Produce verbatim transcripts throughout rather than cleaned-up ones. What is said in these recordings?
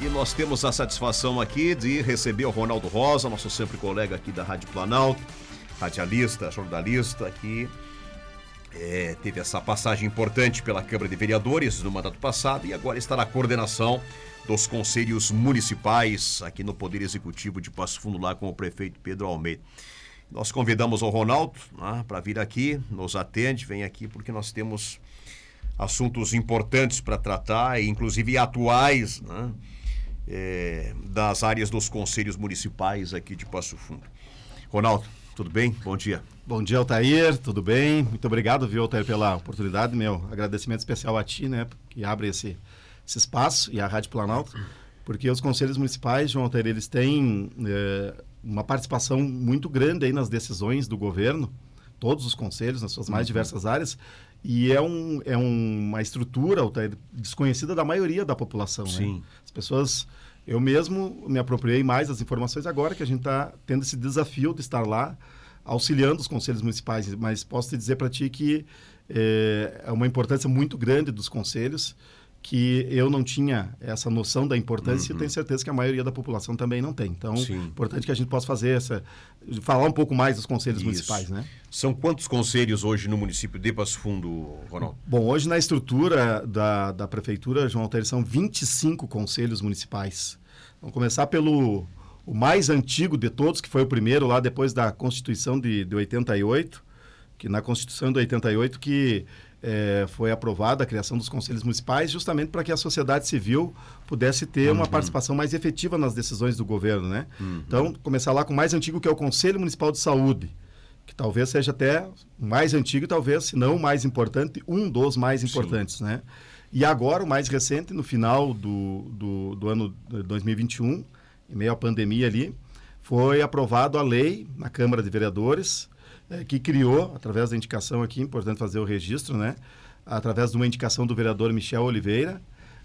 E nós temos a satisfação aqui de receber o Ronaldo Rosa, nosso sempre colega aqui da Rádio Planalto, radialista, jornalista, que é, teve essa passagem importante pela Câmara de Vereadores no mandato passado e agora está na coordenação dos conselhos municipais aqui no Poder Executivo de Passo Fundo, lá com o prefeito Pedro Almeida. Nós convidamos o Ronaldo, né, para vir aqui, nos atende, vem aqui porque nós temos assuntos importantes para tratar, inclusive atuais, né, é, das áreas dos conselhos municipais aqui de Passo Fundo. Ronaldo, tudo bem? Bom dia. Bom dia, Altair, tudo bem? Muito obrigado, viu, Altair, pela oportunidade. Meu agradecimento especial a ti, né, que abre esse, esse espaço, e a Rádio Planalto, porque os conselhos municipais, João Altair, eles têm é, uma participação muito grande aí nas decisões do governo, todos os conselhos, nas suas mais diversas áreas, e é, um, é uma estrutura, Altair, desconhecida da maioria da população. Sim. Né? As pessoas... Eu mesmo me apropriei mais das informações agora que a gente está tendo esse desafio de estar lá, auxiliando os conselhos municipais, mas posso te dizer para ti que é, é uma importância muito grande dos conselhos, que eu não tinha essa noção da importância, uhum. E tenho certeza que a maioria da população também não tem. Então, é importante que a gente possa fazer essa... falar um pouco mais dos conselhos Isso. municipais, né? São quantos conselhos hoje no município de Passo Fundo, Ronaldo? Bom, hoje na estrutura da, da prefeitura, João Altair, são vinte e cinco conselhos municipais. Vamos começar pelo o mais antigo de todos, que foi o primeiro lá depois da Constituição de, de oitenta e oito, que na Constituição de oitenta e oito que... É, foi aprovada a criação dos conselhos municipais justamente para que a sociedade civil pudesse ter uhum. uma participação mais efetiva nas decisões do governo, né? Uhum. Então, começar lá com o mais antigo, que é o Conselho Municipal de Saúde, que talvez seja até o mais antigo e talvez, se não o mais importante, um dos mais importantes, Sim. né? E agora, o mais recente, no final do, do, do ano dois mil e vinte e um, em meio à pandemia ali, foi aprovado a lei na Câmara de Vereadores, que criou, através da indicação aqui, importante fazer o registro, né? Através de uma indicação do vereador Michel Oliveira,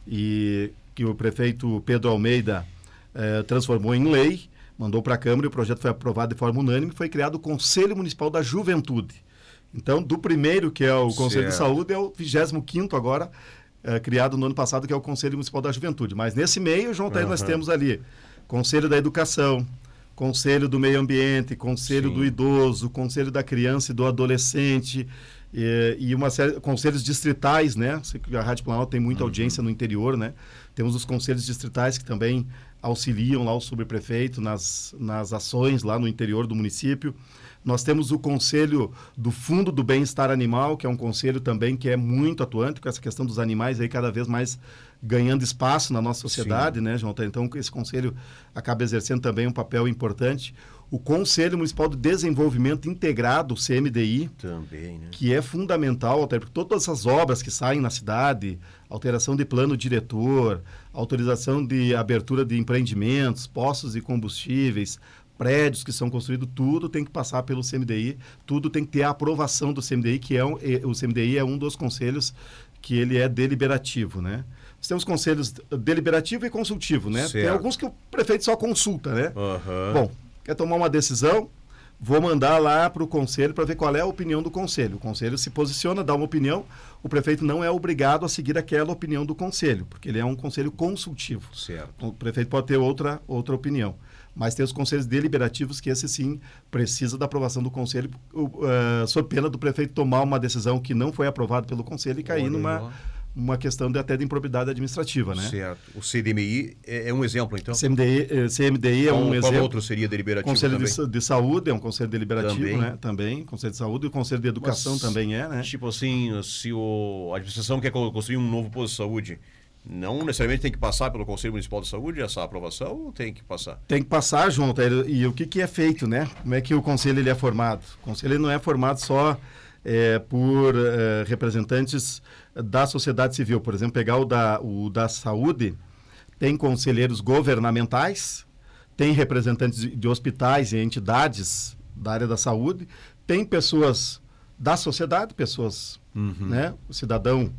e que o prefeito Pedro Almeida eh, transformou em lei, mandou para a Câmara e o projeto foi aprovado de forma unânime, foi criado o Conselho Municipal da Juventude. Então, do primeiro, que é o Conselho certo. de Saúde, é o vigésimo quinto agora, eh, criado no ano passado, que é o Conselho Municipal da Juventude. Mas nesse meio, João, uhum. nós temos ali Conselho da Educação, Conselho do Meio Ambiente, Conselho Sim. do Idoso, Conselho da Criança e do Adolescente, e, e uma série, conselhos distritais, né? A Rádio Planalto tem muita uhum. audiência no interior, né? Temos os conselhos distritais que também auxiliam lá o subprefeito nas, nas ações lá no interior do município. Nós temos o Conselho do Fundo do Bem-Estar Animal, que é um conselho também que é muito atuante com essa questão dos animais aí cada vez mais ganhando espaço na nossa sociedade, Sim. né, João? Então, esse conselho acaba exercendo também um papel importante. O Conselho Municipal de Desenvolvimento Integrado, o C M D I, também, né? Que é fundamental, até porque todas essas obras que saem na cidade, alteração de plano diretor, autorização de abertura de empreendimentos, postos de combustíveis, prédios que são construídos, tudo tem que passar pelo C M D I, tudo tem que ter a aprovação do C M D I, que é um, o C M D I é um dos conselhos que ele é deliberativo, né? Nós temos conselhos deliberativo e consultivo, né? Certo. Tem alguns que o prefeito só consulta, né? Uhum. Bom, quer tomar uma decisão, vou mandar lá para o conselho para ver qual é a opinião do conselho. O conselho se posiciona, dá uma opinião, o prefeito não é obrigado a seguir aquela opinião do conselho, porque ele é um conselho consultivo. Certo. O prefeito pode ter outra, outra opinião. Mas tem os conselhos deliberativos, que esse sim precisa da aprovação do conselho, uh, sob pena do prefeito tomar uma decisão que não foi aprovada pelo conselho e cair Olha, numa uma questão de, até de improbidade administrativa, né? Certo. O C D M I é, é um exemplo, então? C M D I, C M D I é qual, um qual exemplo. Qual outro seria deliberativo Conselho também? de, de Saúde é um conselho deliberativo, também. né? Também, Conselho de Saúde, e o Conselho de Educação Mas, também é, né? Tipo assim, se o, a administração quer construir um novo posto de saúde, não necessariamente tem que passar pelo Conselho Municipal de Saúde essa aprovação, ou tem que passar? Tem que passar, João. E o que, que é feito, né? Como é que o Conselho ele é formado? O Conselho ele não é formado só é, por é, representantes da sociedade civil. Por exemplo, pegar o da, o da saúde, tem conselheiros governamentais, tem representantes de, de hospitais e entidades da área da saúde, tem pessoas da sociedade, pessoas, uhum. né? O cidadão,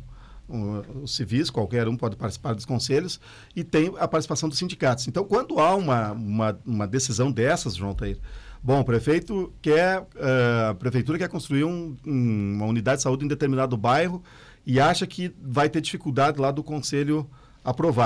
os civis, qualquer um pode participar dos conselhos, e tem a participação dos sindicatos. Então, quando há uma, uma, uma decisão dessas, João Altair, bom, o prefeito quer, uh, a prefeitura quer construir um, um, uma unidade de saúde em determinado bairro e acha que vai ter dificuldade lá do conselho aprovar.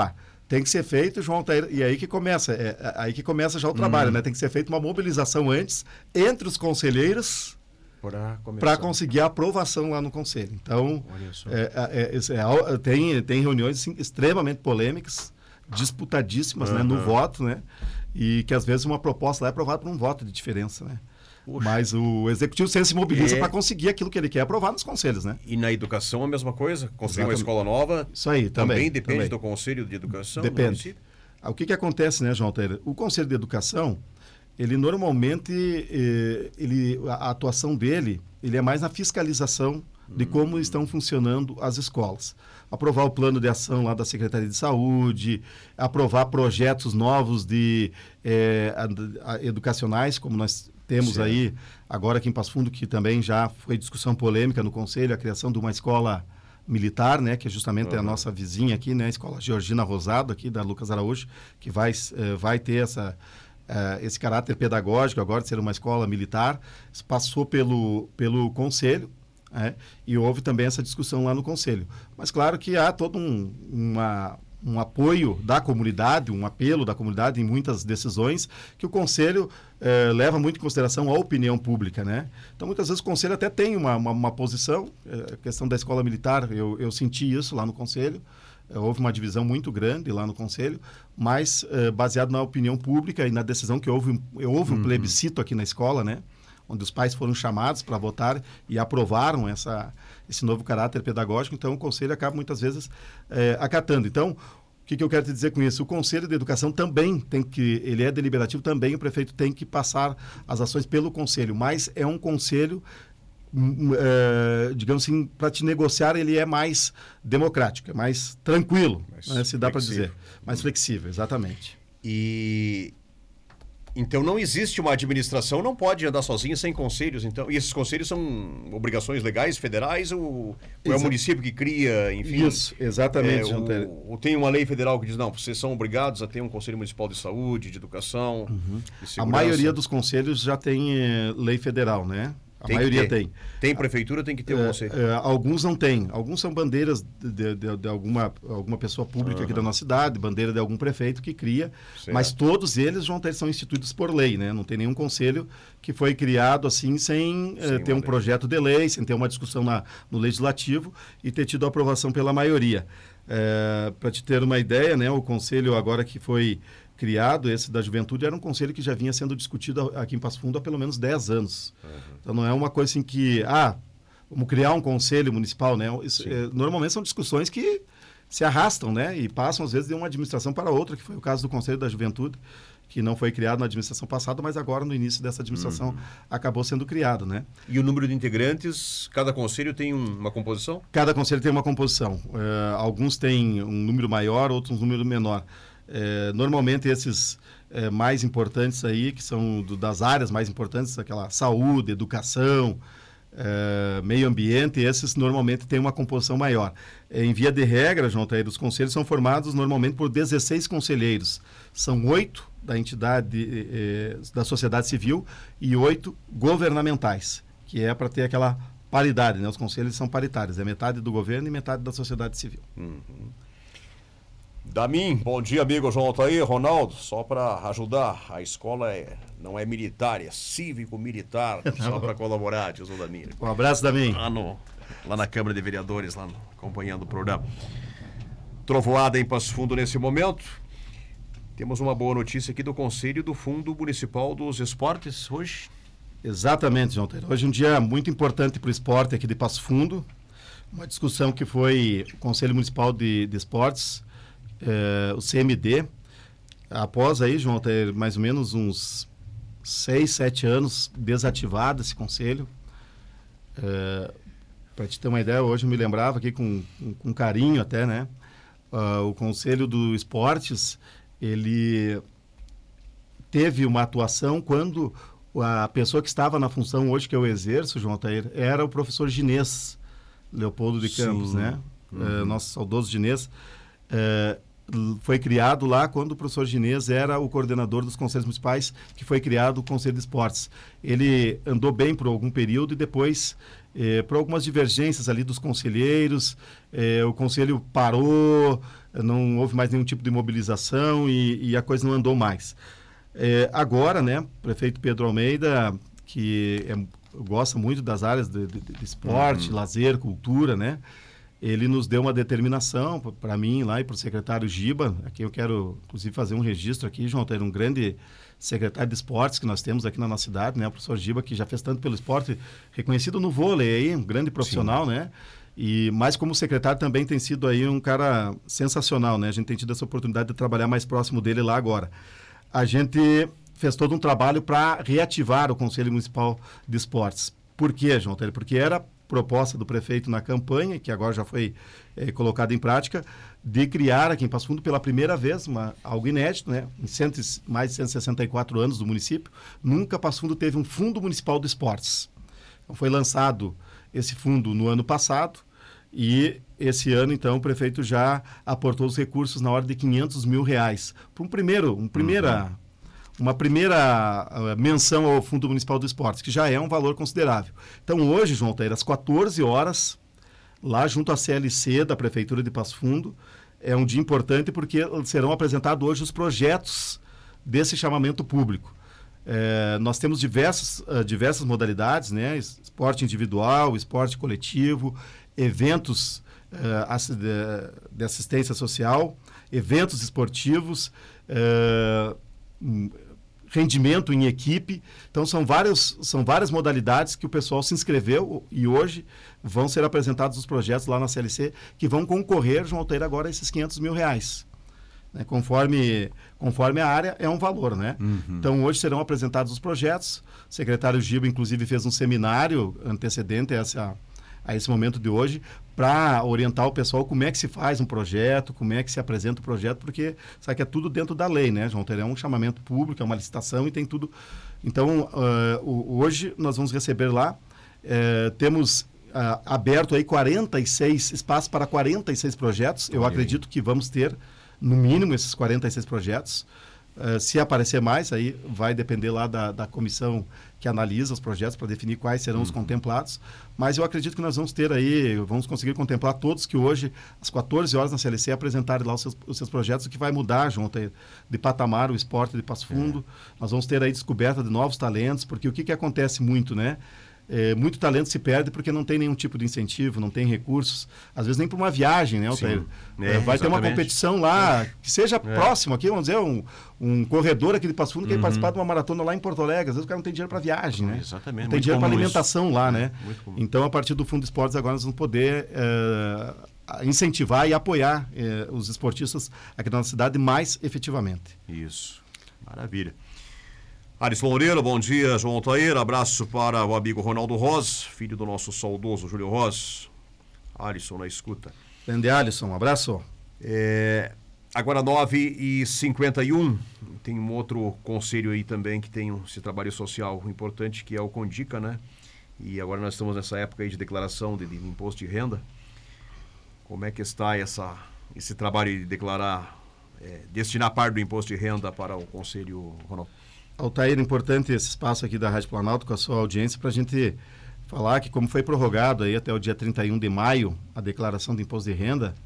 Tem que ser feito, João Altair, e aí que começa, é, é aí que começa já o trabalho, uhum. né? Tem que ser feita uma mobilização antes entre os conselheiros para conseguir a aprovação lá no conselho. Então, é, é, é, é, tem, tem reuniões assim, extremamente polêmicas, disputadíssimas, uhum. né, no voto, né? E que às vezes uma proposta lá é aprovada por um voto de diferença, né? Puxa. Mas o executivo sempre se mobiliza é... para conseguir aquilo que ele quer aprovar nos conselhos, né? E na educação a mesma coisa? Construir uma escola nova? Isso aí, também. Também depende também. do Conselho de Educação? Depende. O que, que acontece, né, João Altair? O Conselho de Educação, ele normalmente, eh, ele, a atuação dele, ele é mais na fiscalização de como hum. estão funcionando as escolas. Aprovar o plano de ação lá da Secretaria de Saúde, aprovar projetos novos de eh, a, a, educacionais, como nós temos certo. Aí, agora aqui em Passo Fundo, que também já foi discussão polêmica no Conselho, a criação de uma escola militar, né, que é justamente uhum. a nossa vizinha aqui, né, a Escola Georgina Rosado, aqui da Lucas Araújo, que vai, uh, vai ter essa, uh, esse caráter pedagógico agora de ser uma escola militar. Isso passou pelo, pelo Conselho, né, e houve também essa discussão lá no Conselho. Mas claro que há todo um, uma... um apoio da comunidade, um apelo da comunidade em muitas decisões que o Conselho eh, leva muito em consideração a opinião pública, né? Então, muitas vezes o Conselho até tem uma, uma, uma posição, eh, a questão da escola militar, eu, eu senti isso lá no Conselho, eh, houve uma divisão muito grande lá no Conselho, mas eh, baseado na opinião pública e na decisão que houve, houve um uhum. plebiscito aqui na escola, né? Onde os pais foram chamados para votar e aprovaram essa, esse novo caráter pedagógico, então o Conselho acaba muitas vezes é, acatando. Então, o que, que eu quero te dizer com isso? O Conselho de Educação também tem que, ele é deliberativo, também o prefeito tem que passar as ações pelo Conselho, mas é um Conselho, é, digamos assim, para te negociar, ele é mais democrático, é mais tranquilo, mais né, se dá para dizer. Mais flexível, exatamente. E... Então, não existe uma administração, não pode andar sozinha sem conselhos, então. E esses conselhos são obrigações legais, federais, ou, ou é o município que cria, enfim? Isso, exatamente. É, ou, ou tem uma lei federal que diz, não, vocês são obrigados a ter um conselho municipal de saúde, de educação, uhum. de segurança. A maioria dos conselhos já tem eh, lei federal, né? A tem maioria tem. Tem prefeitura, tem que ter um conselho. É, é, alguns não têm. Alguns são bandeiras de, de, de alguma, alguma pessoa pública uhum. aqui da nossa cidade, bandeira de algum prefeito que cria, certo. Mas todos eles vão ter, são instituídos por lei, né? Não tem nenhum conselho que foi criado assim sem, sem uh, ter um lei. projeto de lei, sem ter uma discussão na, no legislativo e ter tido aprovação pela maioria. É, para te ter uma ideia, né? O conselho agora que foi criado, esse da juventude, era um conselho que já vinha sendo discutido aqui em Passo Fundo há pelo menos dez anos. Uhum. Então, não é uma coisa assim que, ah, vamos criar um conselho municipal, né? Isso, é, normalmente são discussões que se arrastam, né? E passam, às vezes, de uma administração para outra, que foi o caso do Conselho da Juventude, que não foi criado na administração passada, mas agora, no início dessa administração, uhum. acabou sendo criado, né? E o número de integrantes, cada conselho tem um, uma composição? Cada conselho tem uma composição. Uh, alguns têm um número maior, outros um número menor. É, normalmente esses é, mais importantes aí, que são do, das áreas mais importantes, aquela saúde, educação, é, meio ambiente, esses normalmente têm uma composição maior. É, em via de regra, João Altair, os conselhos são formados normalmente por dezesseis conselheiros. São oito da entidade é, da sociedade civil e oito governamentais, que é para ter aquela paridade, né? Os conselhos são paritários, é metade do governo e metade da sociedade civil. Uhum. Damin, bom dia, amigo João Altair, Ronaldo, só para ajudar, a escola é, não é militar, é cívico-militar, só para colaborar, diz o Damin. Um abraço, Damin. Lá, no, lá na Câmara de Vereadores, lá no, acompanhando o programa. Trovoada em Passo Fundo nesse momento. Temos uma boa notícia aqui do Conselho do Fundo Municipal dos Esportes hoje. Exatamente, João Altair. Hoje é um dia muito importante para o esporte aqui de Passo Fundo. Uma discussão que foi o Conselho Municipal de, de Esportes, É, o C M D, após aí, João, ter mais ou menos uns seis, sete anos desativado esse conselho. É, para te ter uma ideia, hoje eu me lembrava aqui com, com, com carinho até, né? Uh, o Conselho do Esportes, ele teve uma atuação quando a pessoa que estava na função hoje que eu exerço, João Altair, era o professor Ginês Leopoldo de Campos, Sim. né? Uhum. É, nosso saudoso Ginês. É, foi criado lá quando o professor Ginês era o coordenador dos conselhos municipais, que foi criado o Conselho de Esportes. Ele andou bem por algum período e depois, eh, por algumas divergências ali dos conselheiros, eh, o conselho parou, não houve mais nenhum tipo de mobilização e, e a coisa não andou mais. É, agora, né, o prefeito Pedro Almeida, que é, gosta muito das áreas de, de, de esporte, uhum. lazer, cultura, né? Ele nos deu uma determinação para mim lá e para o secretário Giba, aqui eu quero, inclusive, fazer um registro aqui, João, ter um grande secretário de esportes que nós temos aqui na nossa cidade, né? O professor Giba, que já fez tanto pelo esporte, reconhecido no vôlei aí, um grande profissional, Sim. né? E, mas como secretário também tem sido aí um cara sensacional, né? A gente tem tido essa oportunidade de trabalhar mais próximo dele lá agora. A gente fez todo um trabalho para reativar o Conselho Municipal de Esportes. Por quê, João? Porque era proposta do prefeito na campanha, que agora já foi eh, colocada em prática, de criar aqui em Passo Fundo pela primeira vez, uma, algo inédito, né? Em cento, mais de cento e sessenta e quatro anos do município, nunca Passo Fundo teve um Fundo Municipal de Esportes. Então, foi lançado esse fundo no ano passado e esse ano, então, o prefeito já aportou os recursos na ordem de quinhentos mil reais. Para um primeiro, um primeira... Uhum. Uma primeira uh, menção ao Fundo Municipal do Esportes, que já é um valor considerável. Então, hoje, João Altair, às quatorze horas, lá junto à C L C da Prefeitura de Passo Fundo, é um dia importante porque serão apresentados hoje os projetos desse chamamento público. É, nós temos diversas, uh, diversas modalidades, né? Esporte individual, esporte coletivo, eventos uh, de assistência social, eventos esportivos, uh, rendimento em equipe. Então, são várias, são várias modalidades que o pessoal se inscreveu e hoje vão ser apresentados os projetos lá na C L C que vão concorrer, João Altair, agora a esses quinhentos mil reais. Né? Conforme, conforme a área, é um valor, né? Uhum. Então, hoje serão apresentados os projetos. O secretário Giba, inclusive, fez um seminário antecedente a, essa, a esse momento de hoje para orientar o pessoal como é que se faz um projeto, como é que se apresenta o projeto, porque sabe que é tudo dentro da lei, né, João Altair? É um chamamento público, é uma licitação e tem tudo. Então, uh, hoje nós vamos receber lá, uh, temos uh, aberto aí quarenta e seis, espaço para quarenta e seis projetos. Eu Olha acredito aí. que vamos ter, no mínimo, esses quarenta e seis projetos. Uh, se aparecer mais, aí vai depender lá da, da comissão que analisa os projetos para definir quais serão uhum. os contemplados. Mas eu acredito que nós vamos ter aí, vamos conseguir contemplar todos que hoje, às quatorze horas na C L C, apresentarem lá os seus, os seus projetos, o que vai mudar, João, de patamar o esporte de Passo Fundo. É. Nós vamos ter aí descoberta de novos talentos, porque o que, que acontece muito, né? É, muito talento se perde porque não tem nenhum tipo de incentivo, não tem recursos, às vezes nem para uma viagem, né, Altair? É, vai exatamente. ter uma competição lá, que seja é. próximo aqui, vamos dizer, um, um corredor aqui de Passo Fundo que uhum. quer participar de uma maratona lá em Porto Alegre, às vezes o cara não tem dinheiro para viagem, né? Exatamente. Não tem dinheiro para alimentação isso. lá, é, né? Então, a partir do Fundo de Esportes, agora nós vamos poder uh, incentivar e apoiar uh, os esportistas aqui na nossa cidade mais efetivamente. Isso, maravilha. Alisson Loureiro, bom dia, João Altair, abraço para o amigo Ronaldo Ros, filho do nosso saudoso Júlio Ros. Alisson na escuta. Grande Alisson, um abraço. É, agora nove e cinquenta e um, tem um outro conselho aí também que tem esse trabalho social importante, que é o Condica, né? E agora nós estamos nessa época aí de declaração de, de imposto de renda. Como é que está essa, esse trabalho de declarar, é, destinar parte do imposto de renda para o conselho, Ronaldo? Altair, importante esse espaço aqui da Rádio Planalto com a sua audiência para a gente falar que, como foi prorrogado aí até o dia trinta e um de maio a declaração de imposto de renda,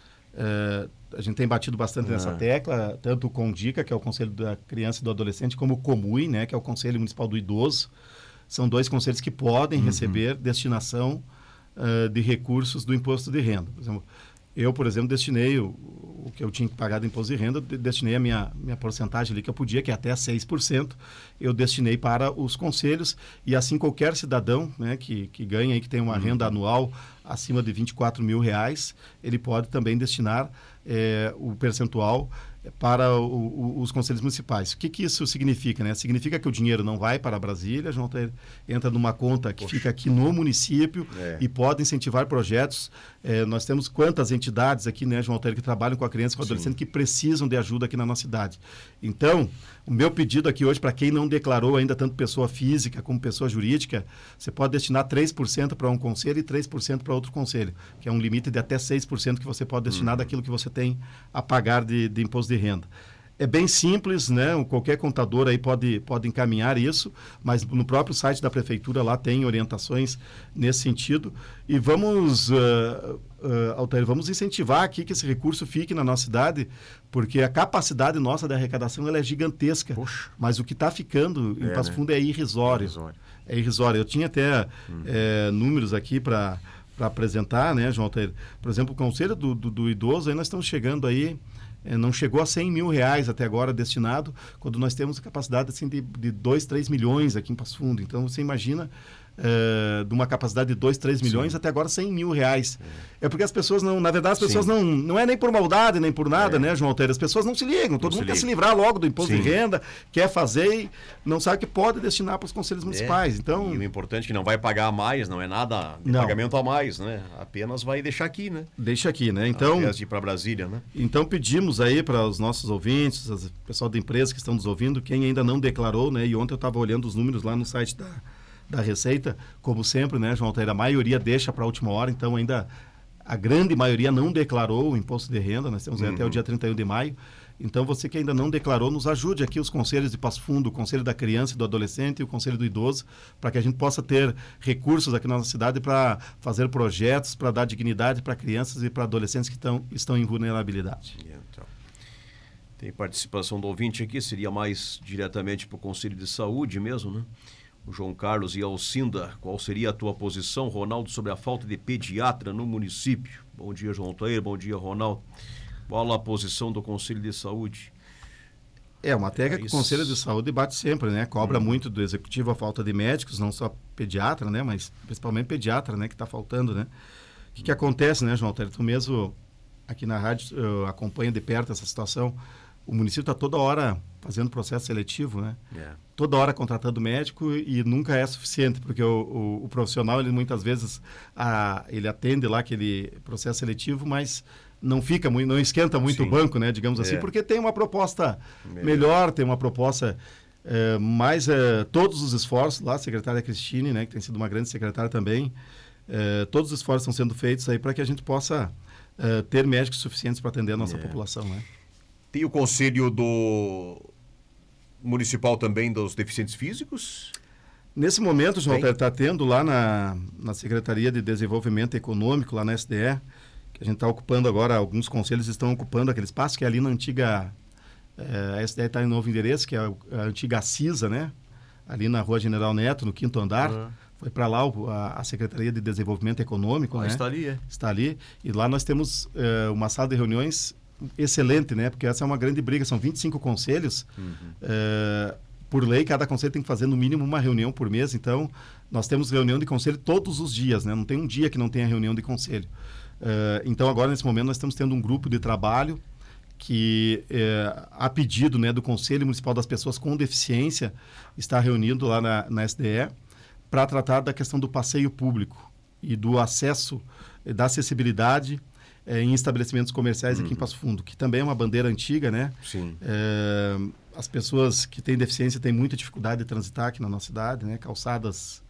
eh, a gente tem batido bastante ah. nessa tecla, tanto o Condica, que é o Conselho da Criança e do Adolescente, como o Comui, né, que é o Conselho Municipal do Idoso. São dois conselhos que podem uhum. receber destinação uh, de recursos do imposto de renda. Por exemplo, eu, por exemplo, destinei o, o que eu tinha que pagar de imposto de renda, destinei a minha, minha porcentagem ali que eu podia, que é até seis por cento, eu destinei para os conselhos, e assim qualquer cidadão, né, que, que ganha, que tem uma uhum. renda anual acima de vinte e quatro mil reais, ele pode também destinar é, o percentual para o, o, os conselhos municipais. O que, que isso significa, né? Significa que o dinheiro não vai para Brasília, João, entra numa conta que Poxa. fica aqui no município é. e pode incentivar projetos. É, nós temos quantas entidades aqui, né, João Altair, que trabalham com a criança e com o adolescente que precisam de ajuda aqui na nossa cidade. Então, o meu pedido aqui hoje, para quem não declarou ainda tanto pessoa física como pessoa jurídica, você pode destinar três por cento para um conselho e três por cento para outro conselho, que é um limite de até seis por cento que você pode destinar uhum. daquilo que você tem a pagar de, de imposto de renda. É bem simples, né? Qualquer contador aí pode, pode encaminhar isso, mas no próprio site da prefeitura lá tem orientações nesse sentido. E vamos uh, uh, Altair, vamos incentivar aqui que esse recurso fique na nossa cidade, porque a capacidade nossa de arrecadação ela é gigantesca. Poxa. Mas o que está ficando em É, Passo né? Fundo é irrisório. É irrisório. É irrisório. Eu tinha até Hum. é, números aqui para apresentar, né, João Altair? Por exemplo, o Conselho do, do, do Idoso, aí nós estamos chegando aí, é, não chegou a cem mil reais até agora destinado, quando nós temos capacidade assim, de, de dois, três milhões aqui em Passo Fundo. Então, você imagina... Uh, de uma capacidade de dois, três milhões, sim, até agora cem mil reais. É. é porque as pessoas não, na verdade, as pessoas não, não é nem por maldade, nem por nada, é. né, João Altair? As pessoas não se ligam, todo não mundo quer liga. se livrar logo do imposto, sim, de renda, quer fazer e não sabe que pode destinar para os conselhos municipais. É. Então, e o importante é que não vai pagar a mais, não é nada de não. pagamento a mais, né? Apenas vai deixar aqui, né? Deixa aqui, né? Então, ao invés de ir para Brasília, né? Então pedimos aí para os nossos ouvintes, o pessoal da empresa que estão nos ouvindo, quem ainda não declarou, né? E ontem eu estava olhando os números lá no site da da Receita, como sempre, né, João Altair, a maioria deixa para a última hora, então ainda a grande maioria não declarou o imposto de renda, nós temos uhum. até o dia trinta e um de maio, então você que ainda não declarou, nos ajude aqui os conselhos de Passo Fundo, o Conselho da Criança e do Adolescente e o Conselho do Idoso, para que a gente possa ter recursos aqui na nossa cidade para fazer projetos, para dar dignidade para crianças e para adolescentes que tão, estão em vulnerabilidade. Então, tem participação do ouvinte aqui, seria mais diretamente para o Conselho de Saúde mesmo, né? O João Carlos e Alcinda, qual seria a tua posição, Ronaldo, sobre a falta de pediatra no município? Bom dia, João Altair, bom dia, Ronaldo. Qual a posição do Conselho de Saúde? É uma técnica é que o Conselho de Saúde bate sempre, né? Cobra hum. muito do Executivo a falta de médicos, não só pediatra, né? Mas principalmente pediatra, né? Que está faltando, né? O que, que acontece, né, João Altair? Tu mesmo aqui na rádio eu acompanha de perto essa situação. O município está toda hora fazendo processo seletivo, né? Yeah. Toda hora contratando médico e nunca é suficiente, porque o, o, o profissional, ele muitas vezes, a, ele atende lá aquele processo seletivo, mas não fica muito, não esquenta muito Sim. o banco, né? Digamos assim, é. porque tem uma proposta melhor, melhor tem uma proposta é, mais é, todos os esforços lá, a secretária Cristine, né? Que tem sido uma grande secretária também, é, todos os esforços estão sendo feitos aí para que a gente possa é, ter médicos suficientes para atender a nossa yeah. população, né? Tem o Conselho do Municipal também dos Deficientes Físicos? Nesse momento, João Altair, está tendo lá na, na Secretaria de Desenvolvimento Econômico, lá na S D E, que a gente está ocupando agora, alguns conselhos estão ocupando aquele espaço, que é ali na antiga... É, a S D E está em novo endereço, que é a, a antiga CISA, né? Ali na Rua General Neto, no quinto andar. Uhum. Foi para lá o, a, a Secretaria de Desenvolvimento Econômico, ah, né? Está ali, é. Está ali. E lá nós temos é, uma sala de reuniões excelente, né? Porque essa é uma grande briga, são vinte e cinco conselhos. Uhum. É, por lei, cada conselho tem que fazer no mínimo uma reunião por mês, então nós temos reunião de conselho todos os dias, né? Não tem um dia que não tenha reunião de conselho. É, então agora, nesse momento, nós estamos tendo um grupo de trabalho que, é, a pedido, né, do Conselho Municipal das Pessoas com Deficiência, está reunido lá na, na S D E para tratar da questão do passeio público e do acesso, da acessibilidade É, em estabelecimentos comerciais uhum. aqui em Passo Fundo, que também é uma bandeira antiga, né? Sim. É, as pessoas que têm deficiência têm muita dificuldade de transitar aqui na nossa cidade, né? Calçadas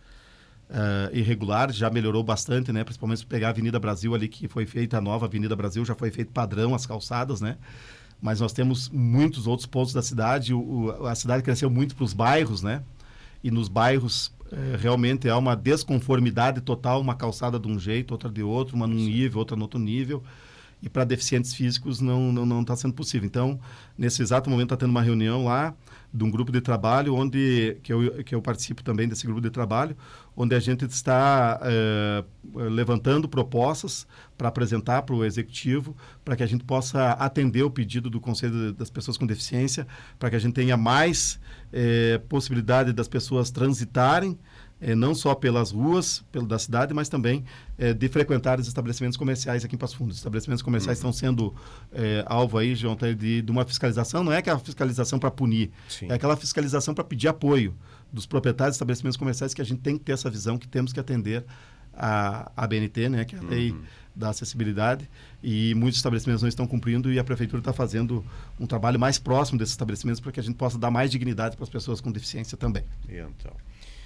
uh, irregulares, já melhorou bastante, né? Principalmente se pegar a Avenida Brasil ali, que foi feita a nova Avenida Brasil, já foi feito padrão as calçadas, né? Mas nós temos muitos outros pontos da cidade, o, o, a cidade cresceu muito para os bairros, né? E nos bairros é, realmente há uma desconformidade total, uma calçada de um jeito, outra de outro, uma num nível, outra no outro nível. E para deficientes físicos não não não está sendo possível. Então, nesse exato momento está tendo uma reunião lá de um grupo de trabalho onde que eu que eu participo também desse grupo de trabalho, onde a gente está é, levantando propostas para apresentar para o executivo, para que a gente possa atender o pedido do Conselho das Pessoas com Deficiência, para que a gente tenha mais é, possibilidade das pessoas transitarem, É, não só pelas ruas pelo, da cidade, mas também é, de frequentar os estabelecimentos comerciais aqui em Passo Fundo. Os estabelecimentos comerciais uhum. estão sendo é, alvo aí, João, de, de uma fiscalização. Não é aquela fiscalização para punir, Sim. é aquela fiscalização para pedir apoio dos proprietários de estabelecimentos comerciais, que a gente tem que ter essa visão, que temos que atender a, a B N T, né, que é a lei uhum. da acessibilidade, e muitos estabelecimentos não estão cumprindo, e a Prefeitura está fazendo um trabalho mais próximo desses estabelecimentos para que a gente possa dar mais dignidade para as pessoas com deficiência também. Então...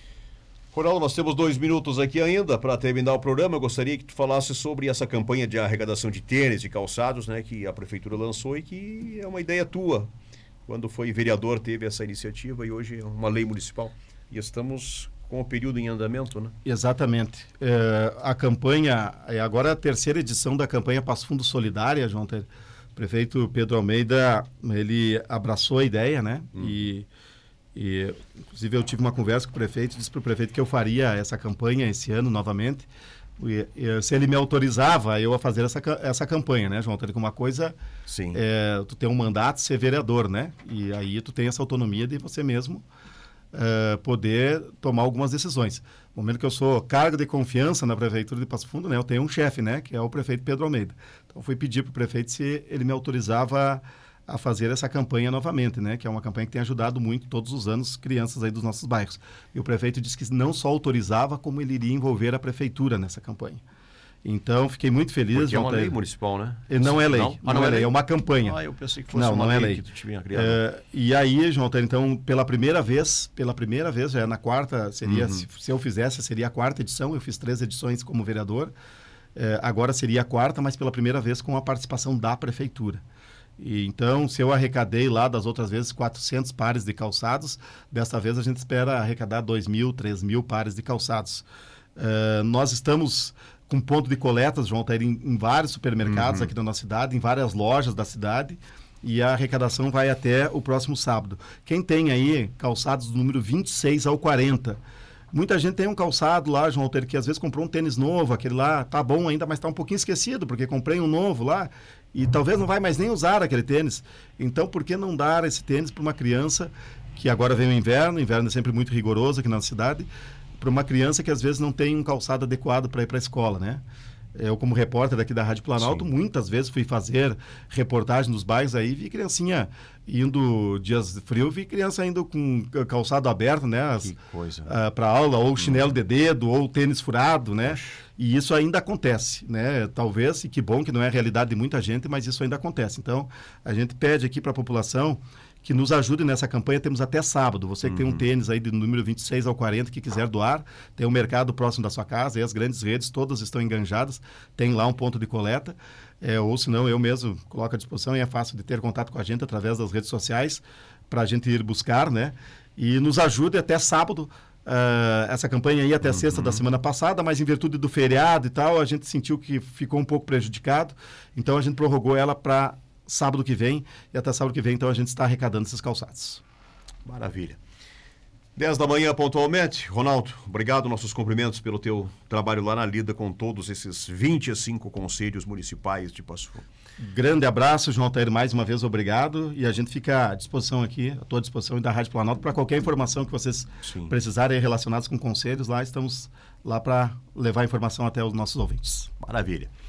Ronaldo, nós temos dois minutos aqui ainda para terminar o programa. Eu gostaria que tu falasse sobre essa campanha de arrecadação de tênis e calçados, né, que a Prefeitura lançou e que é uma ideia tua. Quando foi vereador, teve essa iniciativa e hoje é uma lei municipal. E estamos com o período em andamento, né? Exatamente. É, a campanha, é agora a terceira edição da campanha Passo Fundo Solidária, João Ter. O prefeito Pedro Almeida, ele abraçou a ideia, né? Hum. E, e, inclusive, eu tive uma conversa com o prefeito, disse para o prefeito que eu faria essa campanha esse ano novamente. E, e, se ele me autorizava eu a fazer essa, essa campanha, né, João? Uma coisa, Sim. É, tu tem um mandato, ser vereador, né? E aí tu tem essa autonomia de você mesmo uh, poder tomar algumas decisões. No momento que eu sou cargo de confiança na Prefeitura de Passo Fundo, né, eu tenho um chefe, né, que é o prefeito Pedro Almeida. Então, fui pedir para o prefeito se ele me autorizava a fazer essa campanha novamente, né? Que é uma campanha que tem ajudado muito todos os anos crianças aí dos nossos bairros. E o prefeito disse que não só autorizava, como ele iria envolver a prefeitura nessa campanha. Então, fiquei muito feliz. Porque é uma lei municipal, né? Não é lei, não, não, ah, não é lei, é uma campanha. Ah, eu pensei que fosse não, uma não lei, é lei que tu tinha criado. É, e aí, João, então, pela primeira vez, pela primeira vez, já é na quarta, seria, Uhum. se, se eu fizesse, seria a quarta edição, eu fiz três edições como vereador, é, agora seria a quarta, mas pela primeira vez com a participação da prefeitura. E, então, se eu arrecadei lá das outras vezes quatrocentos pares de calçados, desta vez a gente espera arrecadar dois mil, três mil pares de calçados. Uh, nós estamos com ponto de coletas, João, tá em, em vários supermercados uhum. aqui na nossa cidade, em várias lojas da cidade, e a arrecadação vai até o próximo sábado. Quem tem aí calçados do número vinte e seis ao quarenta, muita gente tem um calçado lá, João Alter, que às vezes comprou um tênis novo, aquele lá tá bom ainda, mas tá um pouquinho esquecido, porque comprei um novo lá e talvez não vai mais nem usar aquele tênis. Então, por que não dar esse tênis para uma criança que agora vem o inverno, o inverno é sempre muito rigoroso aqui na cidade, para uma criança que às vezes não tem um calçado adequado para ir para a escola, né? Eu, como repórter daqui da Rádio Planalto, Sim. muitas vezes fui fazer reportagem nos bairros aí, vi criancinha indo, dias de frio, vi criança indo com calçado aberto, né? As, que coisa. Uh, para aula, ou chinelo hum. de dedo, ou tênis furado, né? Oxe. E isso ainda acontece, né? Talvez, e que bom que não é a realidade de muita gente, mas isso ainda acontece. Então, a gente pede aqui para a população que nos ajude nessa campanha. Temos até sábado. Você que uhum. tem um tênis aí do número vinte e seis ao quarenta que quiser doar, tem um mercado próximo da sua casa, e as grandes redes todas estão enganjadas, tem lá um ponto de coleta, é, ou se não, eu mesmo coloco à disposição, e é fácil de ter contato com a gente através das redes sociais, para a gente ir buscar, né? E nos ajude até sábado. Uh, essa campanha ia até a sexta uhum. da semana passada, mas em virtude do feriado e tal, a gente sentiu que ficou um pouco prejudicado, então a gente prorrogou ela para sábado que vem, e até sábado que vem, então, a gente está arrecadando esses calçados. Maravilha. dez da manhã, pontualmente. Ronaldo, obrigado, nossos cumprimentos pelo teu trabalho lá na lida com todos esses vinte e cinco conselhos municipais de Passo Fundo. Grande abraço, João Altair, mais uma vez, obrigado, e a gente fica à disposição aqui, à tua disposição e da Rádio Planalto, para qualquer informação que vocês Sim. precisarem relacionadas com conselhos, lá estamos lá para levar informação até os nossos ouvintes. Maravilha.